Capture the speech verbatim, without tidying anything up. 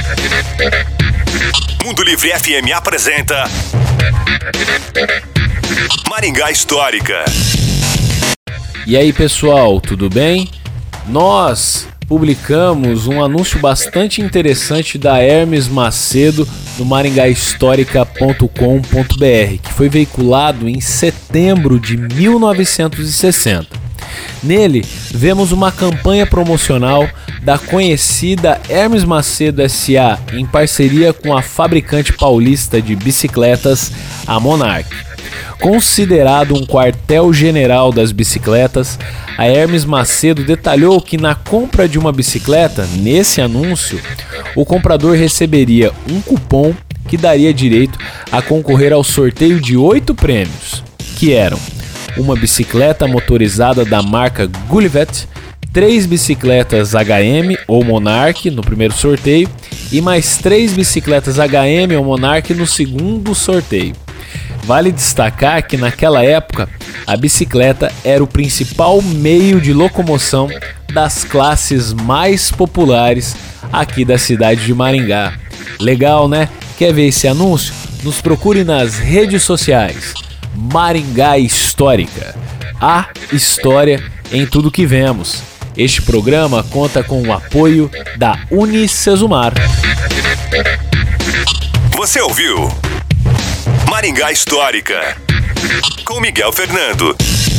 Mundo Livre F M apresenta Maringá Histórica. E aí, pessoal, tudo bem? Nós publicamos um anúncio bastante interessante da Hermes Macedo no maringá histórica ponto com ponto b r, que foi veiculado em setembro de mil novecentos e sessenta. Nele, vemos uma campanha promocional da conhecida Hermes Macedo S A em parceria com a fabricante paulista de bicicletas, a Monarch. Considerado um quartel-general das bicicletas, a Hermes Macedo detalhou que na compra de uma bicicleta, nesse anúncio, o comprador receberia um cupom que daria direito a concorrer ao sorteio de oito prêmios, que eram uma bicicleta motorizada da marca Gulliver, três bicicletas H M ou Monarch no primeiro sorteio e mais três bicicletas H M ou Monarch no segundo sorteio. Vale destacar que naquela época a bicicleta era o principal meio de locomoção das classes mais populares aqui da cidade de Maringá. Legal, né? Quer ver esse anúncio? Nos procure nas redes sociais. Maringá Histórica. A história em tudo que vemos. Este programa conta com o apoio da Unicesumar. Você ouviu Maringá Histórica com Miguel Fernando.